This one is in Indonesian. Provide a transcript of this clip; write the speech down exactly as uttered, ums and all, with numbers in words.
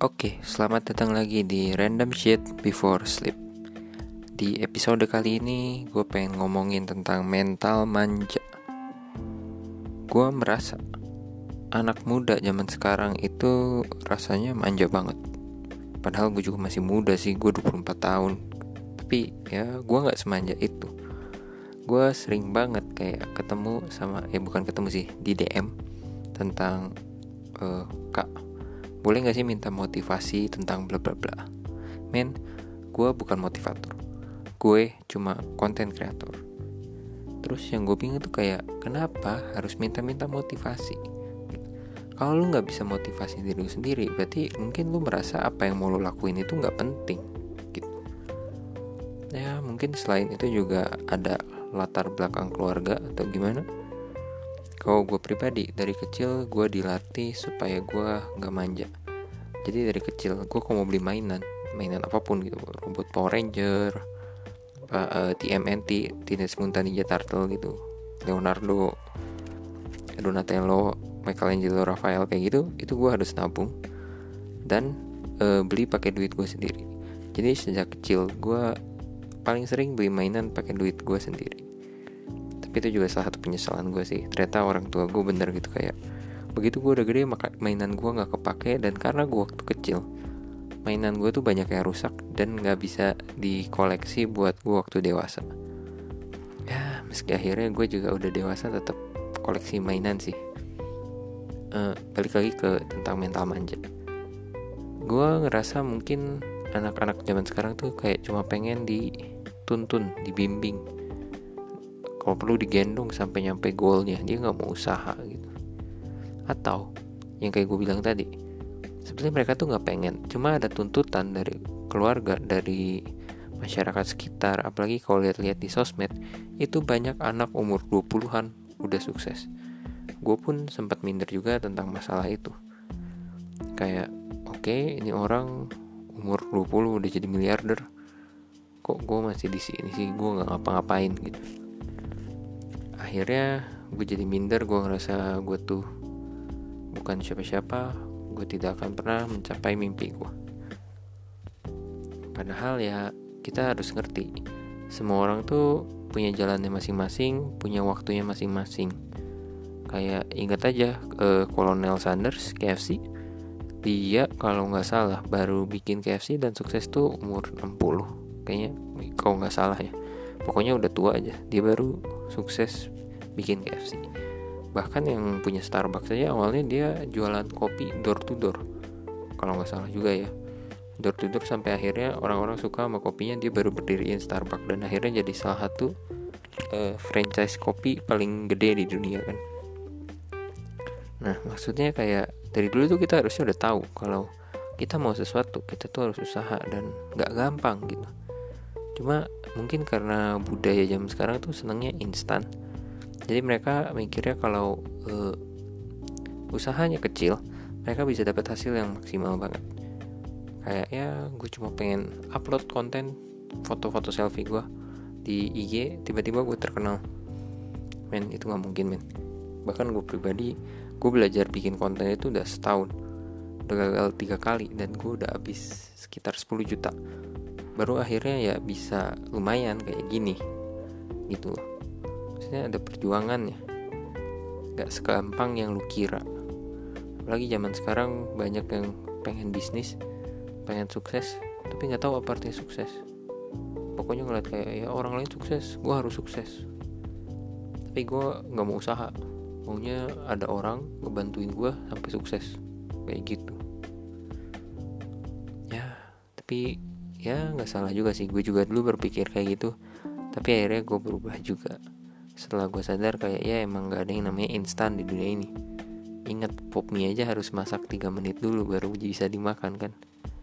Oke, selamat datang lagi di Random Shit Before Sleep. Di episode kali ini gue pengen ngomongin tentang mental manja. Gue merasa anak muda zaman sekarang itu rasanya manja banget. Padahal gue juga masih muda sih, gue dua puluh empat tahun. Tapi ya gue gak semanja itu. Gue sering banget kayak ketemu sama, eh bukan ketemu sih, di D M tentang uh, Kak, boleh gak sih minta motivasi tentang bla bla bla. Men, gue bukan motivator, gue cuma content creator. Terus yang gue bingung tuh kayak, kenapa harus minta-minta motivasi? Kalau lu gak bisa motivasi diri lu sendiri, berarti mungkin lu merasa apa yang mau lu lakuin itu gak penting gitu. Ya mungkin selain itu juga ada latar belakang keluarga atau gimana. Kalau gue pribadi, dari kecil gue dilatih supaya gue gak manja. Jadi dari kecil gue kalau mau beli mainan, mainan apapun gitu, robot Power Ranger, apa, uh, T M N T, Teenage Mutant Ninja Turtle gitu, Leonardo, Donatello, Michelangelo, Raphael kayak gitu, itu gue harus nabung dan uh, beli pakai duit gue sendiri. Jadi sejak kecil gue paling sering beli mainan pakai duit gue sendiri. Tapi itu juga salah satu penyesalan gue sih. Ternyata orang tua gue bener gitu, kayak begitu gue udah gede maka mainan gue gak kepake. Dan karena gue waktu kecil mainan gue tuh banyak yang rusak dan gak bisa dikoleksi buat gue waktu dewasa. Ya meski akhirnya gue juga udah dewasa tetap koleksi mainan sih. uh, Balik lagi ke tentang mental manja. Gue ngerasa mungkin anak-anak zaman sekarang tuh kayak cuma pengen dituntun, dibimbing, kalau perlu digendong sampai nyampe goalnya. Dia gak mau usaha gitu. Atau yang kayak gue bilang tadi, sebenarnya mereka tuh gak pengen, cuma ada tuntutan dari keluarga, dari masyarakat sekitar. Apalagi kalau lihat-lihat di sosmed, itu banyak anak umur dua puluhan udah sukses. Gue pun sempat minder juga tentang masalah itu. Kayak oke, okay, ini orang umur dua puluh udah jadi miliarder, kok gue masih di sini sih, gue gak ngapa-ngapain gitu. Akhirnya gue jadi minder, gue ngerasa gue tuh bukan siapa-siapa, gue tidak akan pernah mencapai mimpi gue. Padahal ya kita harus ngerti, semua orang tuh punya jalannya masing-masing, punya waktunya masing-masing. Kayak ingat aja eh, Kolonel Sanders, K F C. Dia kalau gak salah baru bikin K F C dan sukses tuh umur enam puluh kayaknya, kalau gak salah ya. Pokoknya udah tua aja, dia baru sukses bikin K F C. Bahkan yang punya Starbucks aja awalnya dia jualan kopi door to door, kalau nggak salah juga ya, door to door, sampai akhirnya orang-orang suka sama kopinya, dia baru berdiriin Starbucks dan akhirnya jadi salah satu uh, franchise kopi paling gede di dunia kan. Nah maksudnya kayak dari dulu tuh kita harusnya udah tahu kalau kita mau sesuatu, kita tuh harus usaha dan nggak gampang gitu. Cuma mungkin karena budaya zaman sekarang tuh senangnya instan, jadi mereka mikirnya kalau uh, usahanya kecil, mereka bisa dapat hasil yang maksimal banget. Kayak ya gue cuma pengen upload konten foto-foto selfie gue di I G, tiba-tiba gue terkenal. Men, itu gak mungkin men. Bahkan gue pribadi, gue belajar bikin konten itu udah setahun, udah gagal tiga kali, dan gue udah habis sekitar sepuluh juta. Baru akhirnya ya bisa lumayan kayak gini gitu loh. Maksudnya ada perjuangannya, gak segampang yang lu kira. Apalagi zaman sekarang banyak yang pengen bisnis, pengen sukses, tapi gak tahu apa artinya sukses. Pokoknya ngeliat kayak ya orang lain sukses, gue harus sukses, tapi gue gak mau usaha, maunya ada orang ngebantuin gue sampai sukses kayak gitu. Ya tapi ya gak salah juga sih, gue juga dulu berpikir kayak gitu. Tapi akhirnya gue berubah juga setelah gue sadar kayak ya emang gak ada yang namanya instan di dunia ini. Ingat, pop mie aja harus masak tiga menit dulu baru bisa dimakan kan.